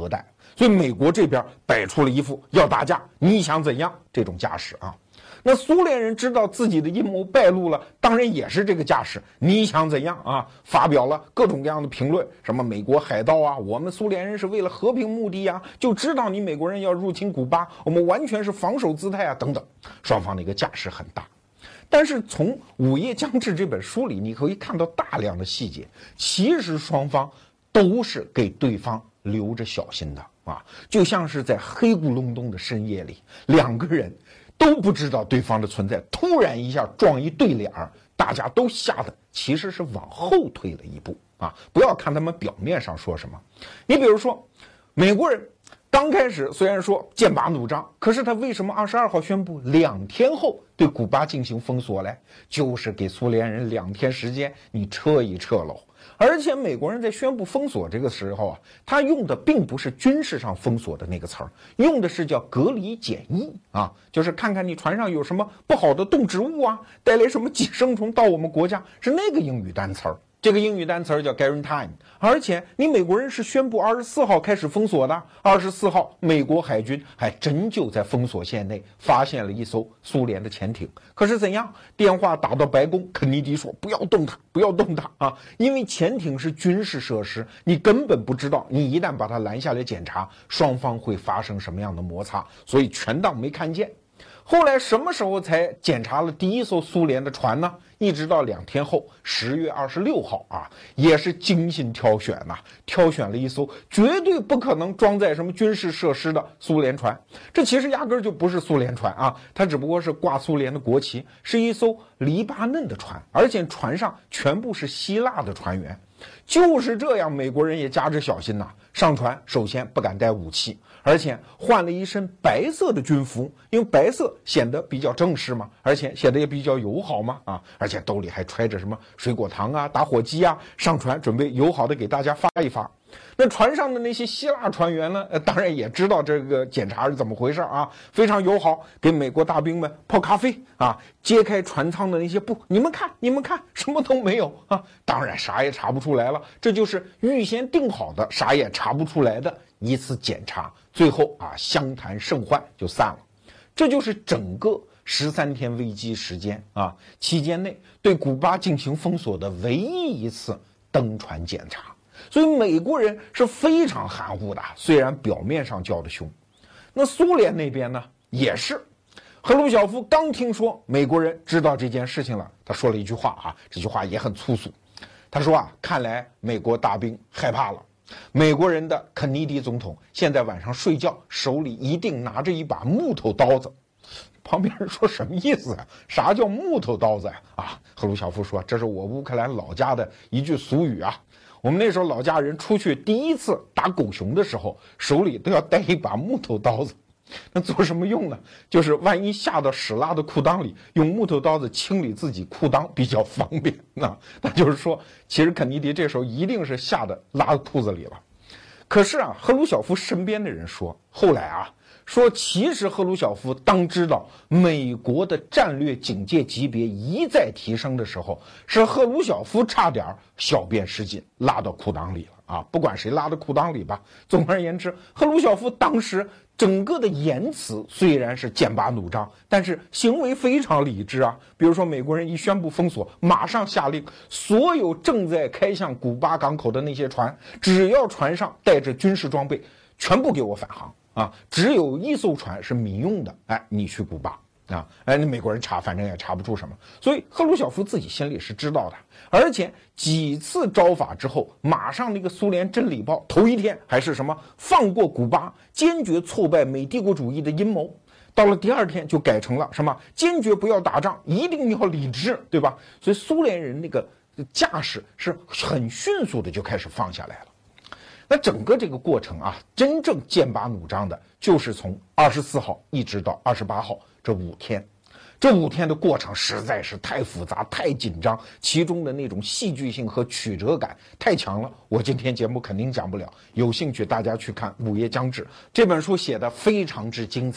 [SPEAKER 1] 所以美国这边摆出了一副要打架，你想怎样这种架势啊。那苏联人知道自己的阴谋败露了，当然也是这个架势，你想怎样啊？发表了各种各样的评论，什么美国海盗啊，我们苏联人是为了和平目的呀、啊，就知道你美国人要入侵古巴，我们完全是防守姿态啊，等等，双方的一个架势很大。但是从《午夜将至》这本书里，你可以看到大量的细节，其实双方都是给对方留着小心的啊，就像是在黑咕隆咚的深夜里，两个人都不知道对方的存在，突然一下撞一对脸儿，大家都吓得其实是往后退了一步啊！不要看他们表面上说什么，你比如说，美国人刚开始虽然说剑拔弩张，可是他为什么二十二号宣布两天后对古巴进行封锁嘞？就是给苏联人两天时间，你撤一撤喽。而且美国人在宣布封锁这个时候啊，他用的并不是军事上封锁的那个词儿，用的是叫隔离检疫啊，就是看看你船上有什么不好的动植物啊，带来什么寄生虫到我们国家，是那个英语单词儿。这个英语单词叫 guarantine， 而且你美国人是宣布二十四号开始封锁的，二十四号美国海军还真就在封锁线内发现了一艘苏联的潜艇。可是怎样？电话打到白宫，肯尼迪说不要动它，不要动它啊，因为潜艇是军事设施，你根本不知道你一旦把它拦下来检查，双方会发生什么样的摩擦，所以全当没看见。后来什么时候才检查了第一艘苏联的船呢？一直到两天后，十月二十六号啊，也是精心挑选呐、啊，挑选了一艘绝对不可能装载什么军事设施的苏联船。这其实压根儿就不是苏联船啊，它只不过是挂苏联的国旗，是一艘黎巴嫩的船，而且船上全部是希腊的船员。就是这样，美国人也加之小心呐、啊。上船首先不敢带武器，而且换了一身白色的军服，因为白色显得比较正式嘛，而且显得也比较友好嘛啊，而且兜里还揣着什么水果糖啊、打火机啊，上船准备友好的给大家发一发。那船上的那些希腊船员呢，呃，当然也知道这个检查是怎么回事啊，非常友好，给美国大兵们泡咖啡啊，揭开船舱的那些布，你们看，你们看，什么都没有啊，当然啥也查不出来了，这就是预先定好的，啥也查不出来的一次检查，最后啊，相谈甚欢就散了。这就是整个十三天危机时间啊，期间内对古巴进行封锁的唯一一次登船检查。所以美国人是非常含糊的，虽然表面上叫的凶。那苏联那边呢，也是。赫鲁晓夫刚听说美国人知道这件事情了，他说了一句话啊，这句话也很粗俗。他说啊，看来美国大兵害怕了。美国人的肯尼迪总统现在晚上睡觉手里一定拿着一把木头刀子。旁边人说什么意思啊？啥叫木头刀子呀？啊，赫鲁晓夫说这是我乌克兰老家的一句俗语啊。我们那时候老家人出去第一次打狗熊的时候，手里都要带一把木头刀子。那做什么用呢？就是万一下到屎拉的裤裆里，用木头刀子清理自己裤裆比较方便。那那就是说，其实肯尼迪这时候一定是吓得拉裤子里了。可是啊，赫鲁晓夫身边的人说，后来啊，说其实赫鲁晓夫当知道美国的战略警戒级别一再提升的时候，是赫鲁晓夫差点小便失禁拉到裤裆里了啊！不管谁拉到裤裆里吧，总而言之，赫鲁晓夫当时整个的言辞虽然是剑拔弩张，但是行为非常理智啊。比如说美国人一宣布封锁，马上下令所有正在开向古巴港口的那些船，只要船上带着军事装备，全部给我返航啊！只有一艘船是民用的，哎，你去古巴啊！哎，那美国人查，反正也查不出什么。所以赫鲁晓夫自己心里是知道的，而且几次招法之后，马上那个苏联真理报头一天还是什么放过古巴，坚决挫败美帝国主义的阴谋。到了第二天就改成了什么坚决不要打仗，一定要理智，对吧？所以苏联人那个架势是很迅速的就开始放下来了。那整个这个过程啊，真正剑拔弩张的就是从二十四号一直到二十八号这五天。这五天的过程实在是太复杂太紧张，其中的那种戏剧性和曲折感太强了，我今天节目肯定讲不了，有兴趣大家去看《午夜将至》这本书，写的非常之精彩。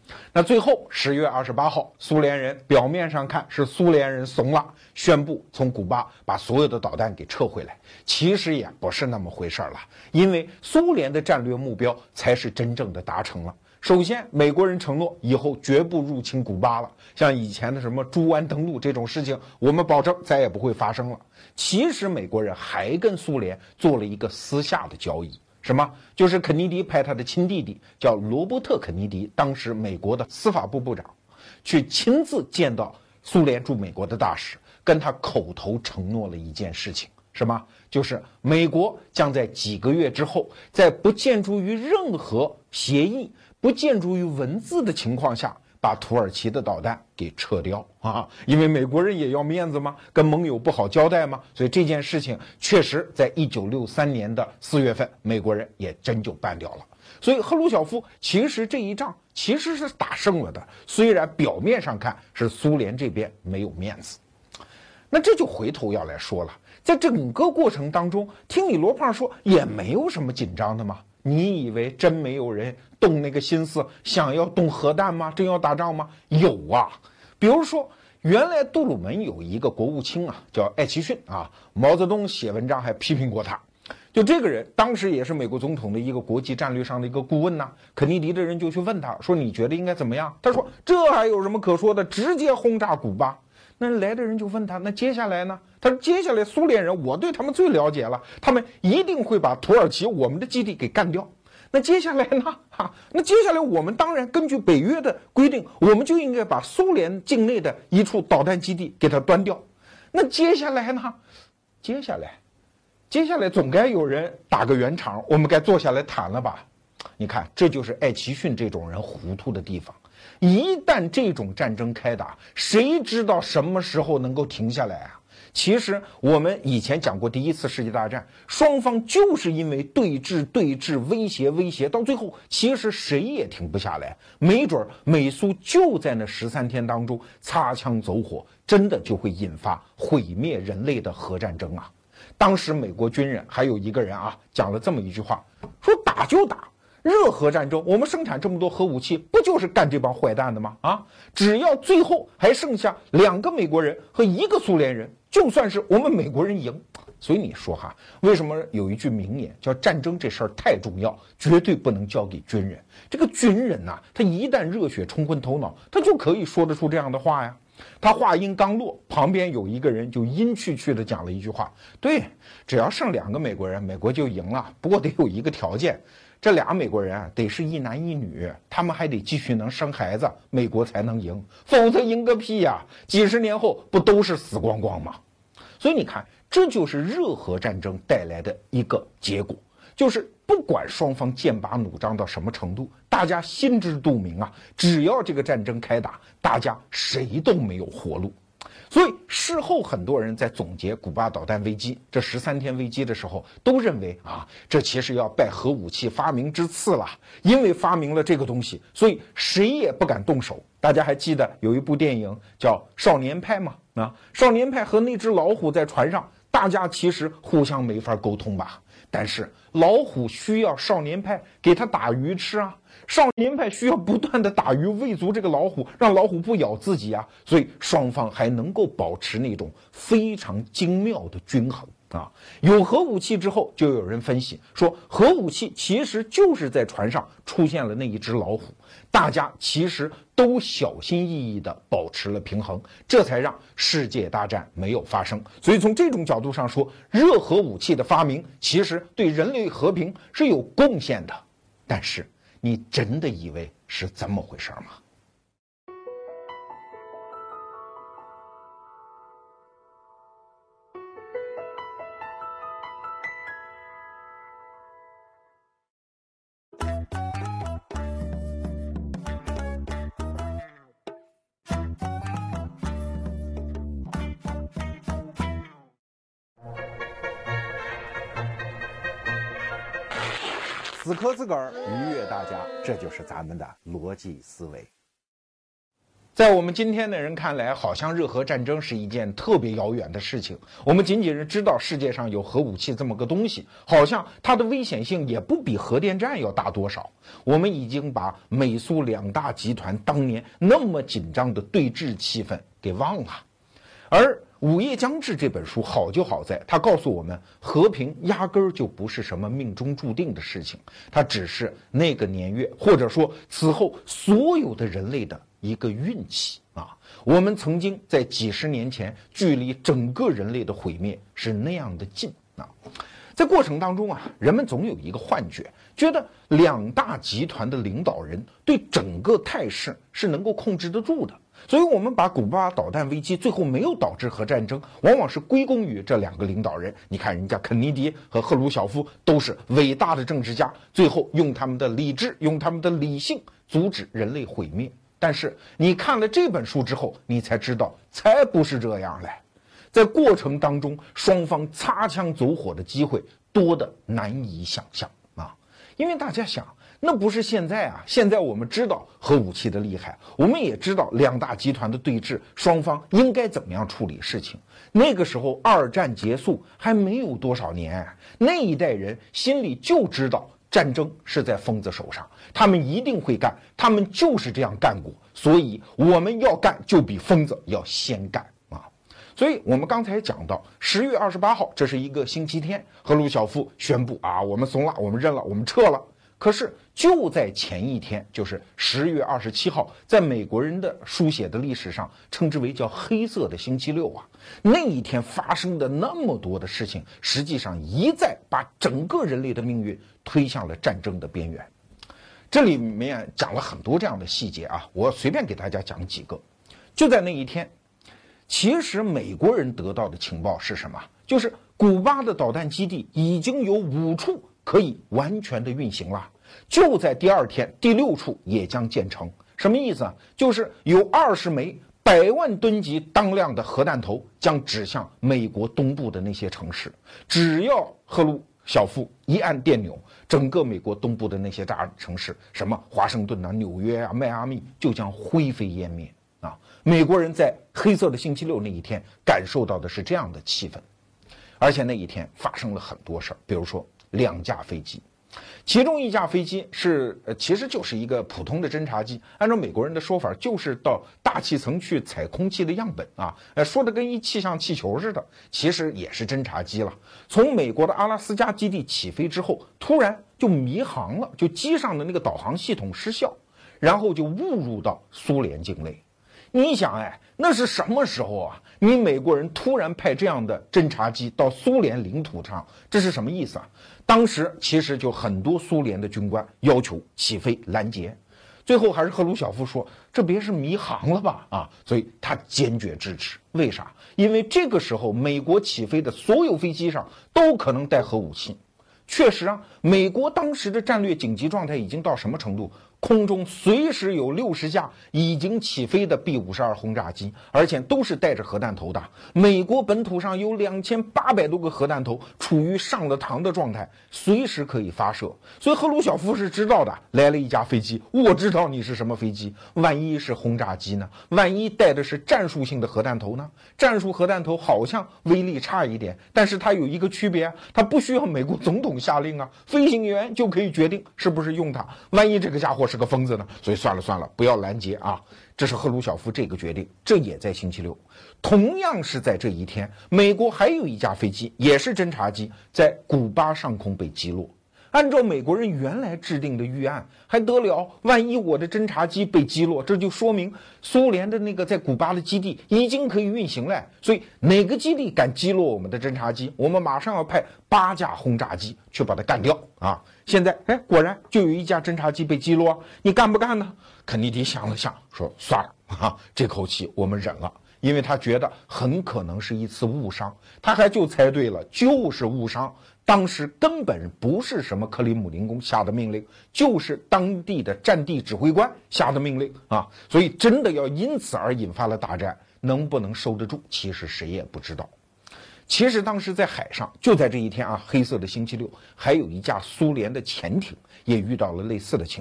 [SPEAKER 1] 那最后十月二十八号，苏联人表面上看是苏联人怂了，宣布从古巴把所有的导弹给撤回来。其实也不是那么回事了，因为苏联的战略目标才是真正的达成了。首先，美国人承诺以后绝不入侵古巴了，像以前的什么猪湾登陆这种事情，我们保证再也不会发生了。其实美国人还跟苏联做了一个私下的交易。什么？就是肯尼迪派他的亲弟弟叫罗伯特·肯尼迪，当时美国的司法部部长，去亲自见到苏联驻美国的大使，跟他口头承诺了一件事情。什么？就是美国将在几个月之后，在不建筑于任何协议、不建筑于文字的情况下，把土耳其的导弹给撤掉啊！因为美国人也要面子嘛，跟盟友不好交代嘛，所以这件事情确实在一九六三年的四月份，美国人也真就办掉了。所以赫鲁晓夫其实这一仗其实是打胜了的，虽然表面上看是苏联这边没有面子。那这就回头要来说了，在整个过程当中，听你罗胖说也没有什么紧张的吗？你以为真没有人动那个心思想要动核弹吗？真要打仗吗？有啊，比如说原来杜鲁门有一个国务卿啊，叫艾奇逊啊，毛泽东写文章还批评过他。就这个人当时也是美国总统的一个国际战略上的一个顾问呐、啊。肯尼迪的人就去问他说：“你觉得应该怎么样？”他说：“这还有什么可说的？直接轰炸古巴。”那来的人就问他：“那接下来呢？”他说：“接下来苏联人我对他们最了解了，他们一定会把土耳其我们的基地给干掉。那接下来呢？哈，那接下来我们当然根据北约的规定，我们就应该把苏联境内的一处导弹基地给它端掉。那接下来呢？接下来，接下来总该有人打个圆场，我们该坐下来谈了吧？你看，这就是艾奇逊这种人糊涂的地方。一旦这种战争开打，谁知道什么时候能够停下来啊？其实我们以前讲过第一次世界大战，双方就是因为对峙对峙威胁威胁，到最后其实谁也停不下来，没准美苏就在那十三天当中擦枪走火，真的就会引发毁灭人类的核战争啊！当时美国军人还有一个人啊讲了这么一句话，说打就打，热核战争，我们生产这么多核武器，不就是干这帮坏蛋的吗？啊，只要最后还剩下两个美国人和一个苏联人，就算是我们美国人赢。所以你说哈，为什么有一句名言叫战争这事儿太重要，绝对不能交给军人？这个军人呐、啊，他一旦热血冲昏头脑，他就可以说得出这样的话呀。他话音刚落，旁边有一个人就阴去去的讲了一句话：对，只要剩两个美国人，美国就赢了。不过得有一个条件，这俩美国人啊，得是一男一女，他们还得继续能生孩子，美国才能赢，否则赢个屁呀！几十年后不都是死光光吗？所以你看，这就是热核战争带来的一个结果，就是不管双方剑拔弩张到什么程度，大家心知肚明啊，只要这个战争开打，大家谁都没有活路。所以事后很多人在总结古巴导弹危机这十三天危机的时候，都认为啊，这其实要拜核武器发明之赐了，因为发明了这个东西，所以谁也不敢动手。大家还记得有一部电影叫《少年派》吗？啊，少年派和那只老虎在船上，大家其实互相没法沟通吧？但是老虎需要少年派给他打鱼吃啊，少年派需要不断的打鱼喂足这个老虎，让老虎不咬自己啊，所以双方还能够保持那种非常精妙的均衡啊。有核武器之后，就有人分析说，核武器其实就是在船上出现了那一只老虎，大家其实都小心翼翼地保持了平衡，这才让世界大战没有发生。所以从这种角度上说，热核武器的发明其实对人类和平是有贡献的。但是你真的以为是这么回事吗？死磕自个儿，愉悦大家，这就是咱们的逻辑思维。 在我们今天的人看来，好像日核战争是一件特别遥远的事情。我们仅仅是知道世界上有核武器这么个东西，好像它的危险性也不比核电站要大多少。我们已经把美苏两大集团当年那么紧张的对峙气氛给忘了。而《午夜将至》这本书好就好在，它告诉我们，和平压根儿就不是什么命中注定的事情，它只是那个年月，或者说此后所有的人类的一个运气啊。我们曾经在几十年前，距离整个人类的毁灭是那样的近啊。在过程当中啊，人们总有一个幻觉，觉得两大集团的领导人对整个态势是能够控制得住的。所以我们把古巴导弹危机最后没有导致核战争，往往是归功于这两个领导人。你看人家肯尼迪和赫鲁晓夫都是伟大的政治家，最后用他们的理智，用他们的理性阻止人类毁灭。但是你看了这本书之后，你才知道才不是这样嘞。在过程当中，双方擦枪走火的机会多得难以想象啊！因为大家想，那不是现在啊，现在我们知道核武器的厉害，我们也知道两大集团的对峙，双方应该怎么样处理事情。那个时候二战结束还没有多少年，那一代人心里就知道战争是在疯子手上，他们一定会干，他们就是这样干过，所以我们要干就比疯子要先干啊！所以我们刚才讲到十月二十八号，这是一个星期天，赫鲁晓夫宣布啊，我们怂了，我们认了，我们撤了。可是就在前一天，就是十月二十七号，在美国人的书写的历史上称之为叫黑色的星期六啊，那一天发生的那么多的事情，实际上一再把整个人类的命运推向了战争的边缘。这里面讲了很多这样的细节啊，我随便给大家讲几个。就在那一天，其实美国人得到的情报是什么？就是古巴的导弹基地已经有五处可以完全的运行了，就在第二天，第六处也将建成。什么意思啊？就是有二十枚百万吨级当量的核弹头将指向美国东部的那些城市。只要赫鲁晓夫一按电钮，整个美国东部的那些大城市，什么华盛顿啊、纽约啊、迈阿密，就将灰飞烟灭啊！美国人在黑色的星期六那一天感受到的是这样的气氛，而且那一天发生了很多事儿，比如说两架飞机，其中一架飞机是呃，其实就是一个普通的侦察机，按照美国人的说法，就是到大气层去采空气的样本啊，呃，说的跟一气象气球似的，其实也是侦察机了。从美国的阿拉斯加基地起飞之后，突然就迷航了，就机上的那个导航系统失效，然后就误入到苏联境内。你想，哎，那是什么时候啊？你美国人突然派这样的侦察机到苏联领土上，这是什么意思啊？当时其实就很多苏联的军官要求起飞拦截，最后还是赫鲁晓夫说，这别是迷航了吧？啊，所以他坚决支持。为啥？因为这个时候美国起飞的所有飞机上都可能带核武器。确实啊，美国当时的战略紧急状态已经到什么程度？空中随时有六十架已经起飞的 B 五十二 轰炸机，而且都是带着核弹头的。美国本土上有两千八百多个核弹头，处于上了膛的状态，随时可以发射。所以赫鲁晓夫是知道的，来了一架飞机，我知道你是什么飞机，万一是轰炸机呢？万一带的是战术性的核弹头呢？战术核弹头好像威力差一点，但是它有一个区别，它不需要美国总统下令啊，飞行员就可以决定是不是用它。万一这个家伙是个疯子呢？所以算了算了，不要拦截啊！这是赫鲁晓夫这个决定，这也在星期六。同样是在这一天，美国还有一架飞机，也是侦察机，在古巴上空被击落。按照美国人原来制定的预案，还得了？万一我的侦察机被击落，这就说明苏联的那个在古巴的基地已经可以运行了。所以哪个基地敢击落我们的侦察机，我们马上要派八架轰炸机去把它干掉啊！现在，哎，果然就有一架侦察机被击落，你干不干呢？肯尼迪想了想，说算了啊，这口气我们忍了。因为他觉得很可能是一次误伤，他还就猜对了，就是误伤。当时根本不是什么克里姆林宫下的命令，就是当地的战地指挥官下的命令啊！所以真的要因此而引发了大战，能不能收得住，其实谁也不知道。其实当时在海上，就在这一天啊，黑色的星期六，还有一架苏联的潜艇也遇到了类似的情况。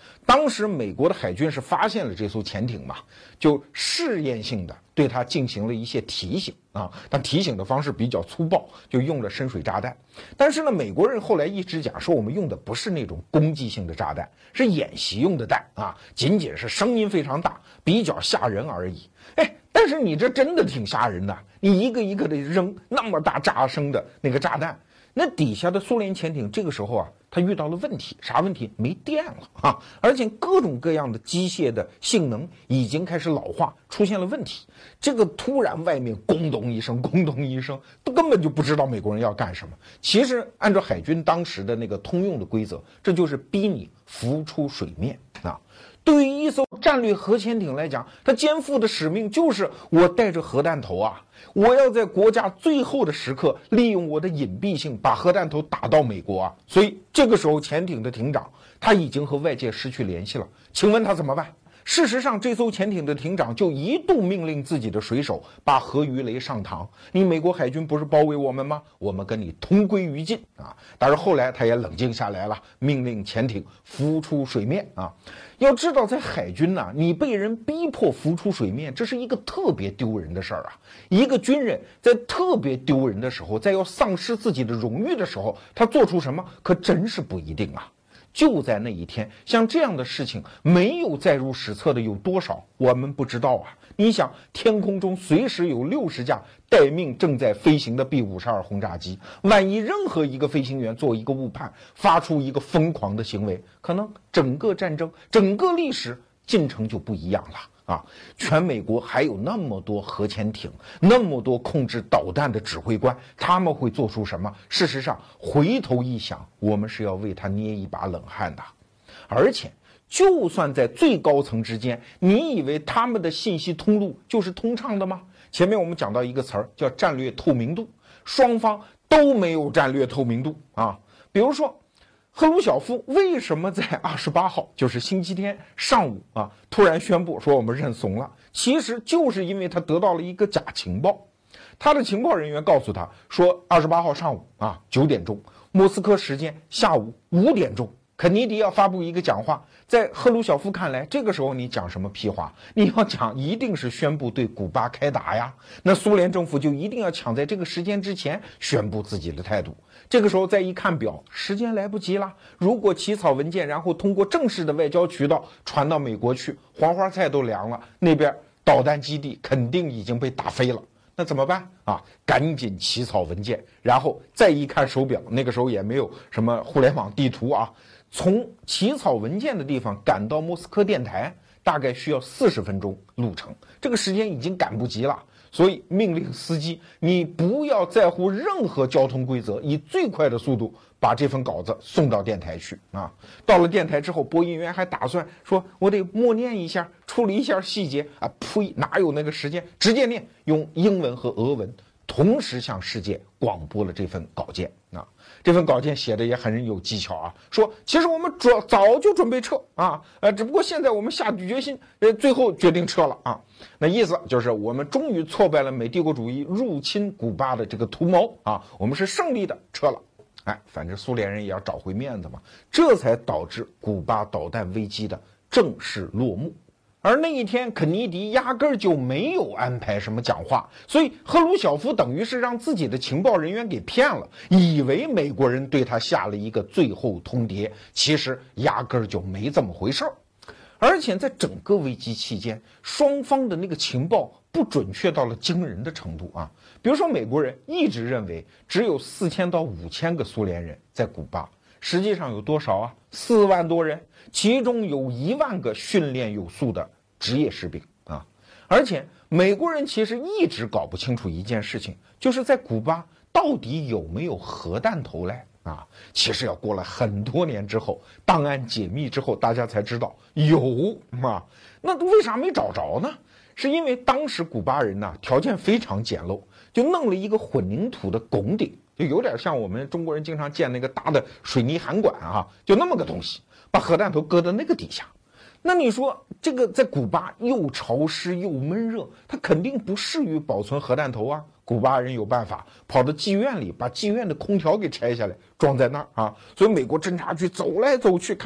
[SPEAKER 1] 当时美国的海军是发现了这艘潜艇嘛，就试验性的对它进行了一些提醒啊，但提醒的方式比较粗暴，就用了深水炸弹。但是呢，美国人后来一直讲说我们用的不是那种攻击性的炸弹，是演习用的弹啊，仅仅是声音非常大，比较吓人而已。哎，但是你这真的挺吓人的，你一个一个的扔那么大炸声的那个炸弹。那底下的苏联潜艇这个时候啊，它遇到了问题，啥问题？没电了啊！而且各种各样的机械的性能已经开始老化，出现了问题。这个突然外面咣咚一声，咣咚一声，都根本就不知道美国人要干什么。其实按照海军当时的那个通用的规则，这就是逼你浮出水面啊。对于一艘战略核潜艇来讲，它肩负的使命就是我带着核弹头啊，我要在国家最后的时刻利用我的隐蔽性把核弹头打到美国啊。所以这个时候潜艇的艇长他已经和外界失去联系了，请问他怎么办？事实上，这艘潜艇的艇长就一度命令自己的水手把核鱼雷上膛。你美国海军不是包围我们吗？我们跟你同归于尽啊！但是后来他也冷静下来了，命令潜艇浮出水面啊。要知道，在海军呢、啊，你被人逼迫浮出水面，这是一个特别丢人的事儿啊。一个军人在特别丢人的时候，在要丧失自己的荣誉的时候，他做出什么，可真是不一定啊。就在那一天，像这样的事情没有载入史册的有多少，我们不知道啊。你想，天空中随时有六十架待命正在飞行的 B 五十二 轰炸机，万一任何一个飞行员做一个误判，发出一个疯狂的行为，可能整个战争、整个历史进程就不一样了。啊，全美国还有那么多核潜艇，那么多控制导弹的指挥官，他们会做出什么？事实上，回头一想，我们是要为他捏一把冷汗的。而且，就算在最高层之间，你以为他们的信息通路就是通畅的吗？前面我们讲到一个词儿叫战略透明度，双方都没有战略透明度啊。比如说，赫鲁晓夫为什么在二十八号，就是星期天上午啊，突然宣布说我们认怂了？其实就是因为他得到了一个假情报，他的情报人员告诉他说，二十八号上午啊九点钟，莫斯科时间下午五点钟，肯尼迪要发布一个讲话。在赫鲁晓夫看来，这个时候你讲什么屁话？你要讲一定是宣布对古巴开打呀。那苏联政府就一定要抢在这个时间之前宣布自己的态度。这个时候再一看表，时间来不及了。如果起草文件，然后通过正式的外交渠道传到美国去，黄花菜都凉了，那边导弹基地肯定已经被打飞了。那怎么办啊？赶紧起草文件，然后再一看手表，那个时候也没有什么互联网地图啊，从起草文件的地方赶到莫斯科电台，大概需要四十分钟路程，这个时间已经赶不及了。所以命令司机，你不要在乎任何交通规则，以最快的速度把这份稿子送到电台去啊！到了电台之后，播音员还打算说，我得默念一下，处理一下细节啊！呸，哪有那个时间？直接念，用英文和俄文同时向世界广播了这份稿件啊！这份稿件写的也很有技巧啊，说其实我们早早就准备撤啊，呃，只不过现在我们下定决心，呃，最后决定撤了啊。那意思就是我们终于挫败了美帝国主义入侵古巴的这个图谋啊，我们是胜利的，撤了。哎，反正苏联人也要找回面子嘛，这才导致古巴导弹危机的正式落幕。而那一天，肯尼迪压根儿就没有安排什么讲话，所以赫鲁晓夫等于是让自己的情报人员给骗了，以为美国人对他下了一个最后通牒，其实压根儿就没这么回事儿。而且在整个危机期间，双方的那个情报不准确到了惊人的程度啊！比如说，美国人一直认为只有四千到五千个苏联人在古巴，实际上有多少啊？四万多人，其中有一万个训练有素的职业士兵啊！而且美国人其实一直搞不清楚一件事情，就是在古巴到底有没有核弹头嘞？啊，其实要过了很多年之后，档案解密之后，大家才知道有嘛。那为啥没找着呢？是因为当时古巴人呢条件非常简陋，就弄了一个混凝土的拱顶，就有点像我们中国人经常建那个大的水泥涵管啊，就那么个东西，把核弹头搁到那个底下。那你说这个在古巴又潮湿又闷热，它肯定不适于保存核弹头啊。古巴人有办法，跑到妓院里把妓院的空调给拆下来装在那儿啊。所以美国侦察局走来走去看，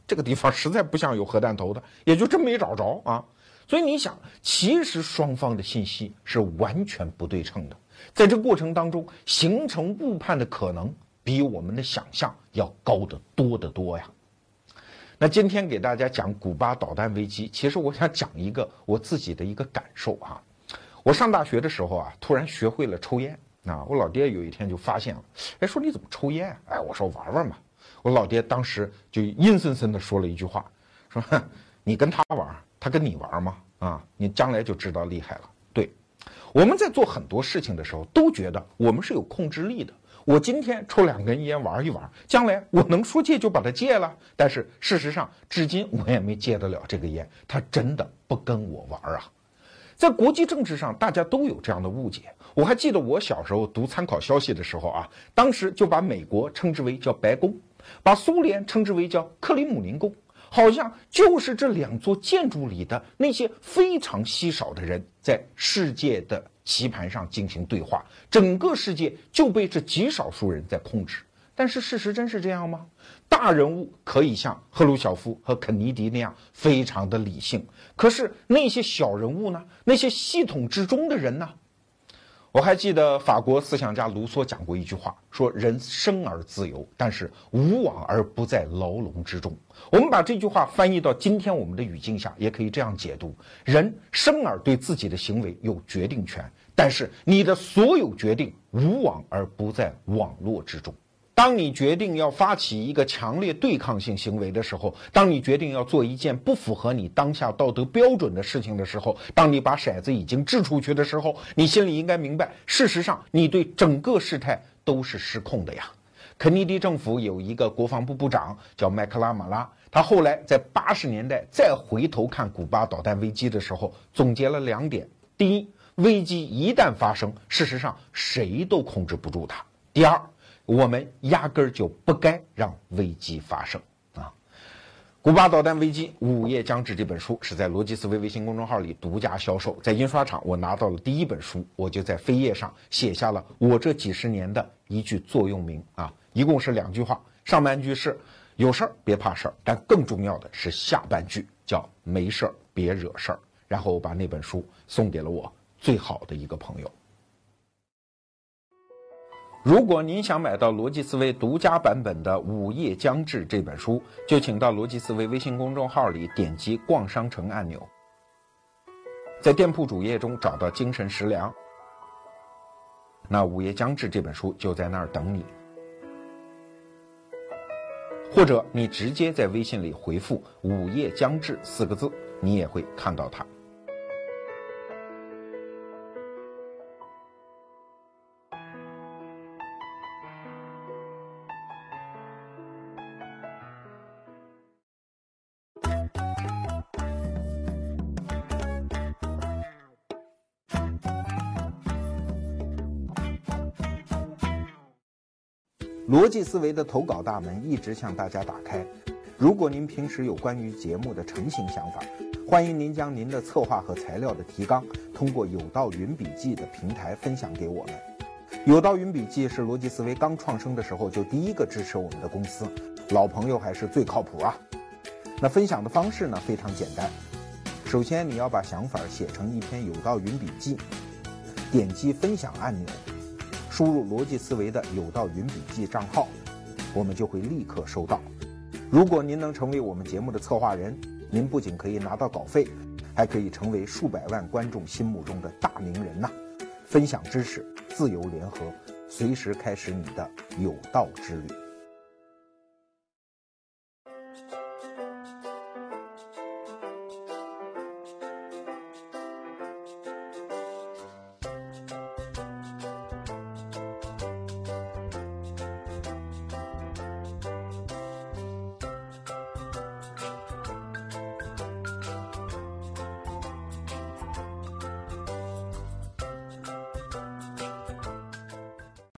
[SPEAKER 1] 这个地方实在不像有核弹头的，也就真没找着啊。所以你想，其实双方的信息是完全不对称的，在这过程当中形成误判的可能比我们的想象要高得多得多呀。那今天给大家讲古巴导弹危机，其实我想讲一个我自己的一个感受啊。我上大学的时候啊，突然学会了抽烟啊。我老爹有一天就发现了，哎，说你怎么抽烟啊？哎，我说玩玩嘛。我老爹当时就阴森森地说了一句话，说你跟他玩，他跟你玩吗？啊，你将来就知道厉害了。对，我们在做很多事情的时候，都觉得我们是有控制力的。我今天抽两根烟玩一玩，将来我能说戒就把它戒了。但是事实上，至今我也没戒得了这个烟，他真的不跟我玩啊。在国际政治上，大家都有这样的误解。我还记得我小时候读参考消息的时候啊，当时就把美国称之为叫白宫，把苏联称之为叫克里姆林宫，好像就是这两座建筑里的那些非常稀少的人在世界的棋盘上进行对话，整个世界就被这极少数人在控制。但是事实真是这样吗？大人物可以像赫鲁晓夫和肯尼迪那样非常的理性，可是那些小人物呢？那些系统之中的人呢？我还记得法国思想家卢梭讲过一句话，说人生而自由，但是无往而不在牢笼之中。我们把这句话翻译到今天我们的语境下，也可以这样解读：人生而对自己的行为有决定权，但是你的所有决定无往而不在网络之中。当你决定要发起一个强烈对抗性行为的时候，当你决定要做一件不符合你当下道德标准的事情的时候，当你把骰子已经掷出去的时候，你心里应该明白，事实上你对整个事态都是失控的呀。肯尼迪政府有一个国防部部长叫麦克拉马拉，他后来在八十年代再回头看古巴导弹危机的时候，总结了两点：第一，危机一旦发生，事实上谁都控制不住它；第二，我们压根儿就不该让危机发生啊！古巴导弹危机午夜将至这本书是在逻辑思维微信公众号里独家销售，在印刷厂我拿到了第一本书，我就在扉页上写下了我这几十年的一句座右铭啊，一共是两句话，上半句是有事儿别怕事儿，但更重要的是下半句叫没事儿别惹事儿。然后我把那本书送给了我最好的一个朋友。如果您想买到逻辑思维独家版本的《午夜将至》这本书，就请到逻辑思维微信公众号里点击逛商城按钮，在店铺主页中找到精神食粮，那《午夜将至》这本书就在那儿等你。或者你直接在微信里回复“午夜将至”四个字，你也会看到它。逻辑思维的投稿大门一直向大家打开。如果您平时有关于节目的成型想法，欢迎您将您的策划和材料的提纲通过有道云笔记的平台分享给我们。有道云笔记是逻辑思维刚创生的时候就第一个支持我们的公司，老朋友还是最靠谱啊。那分享的方式呢非常简单，首先你要把想法写成一篇有道云笔记，点击分享按钮，输入逻辑思维的有道云笔记账号，我们就会立刻收到。如果您能成为我们节目的策划人，您不仅可以拿到稿费，还可以成为数百万观众心目中的大名人呐！分享知识，自由联合，随时开始你的有道之旅。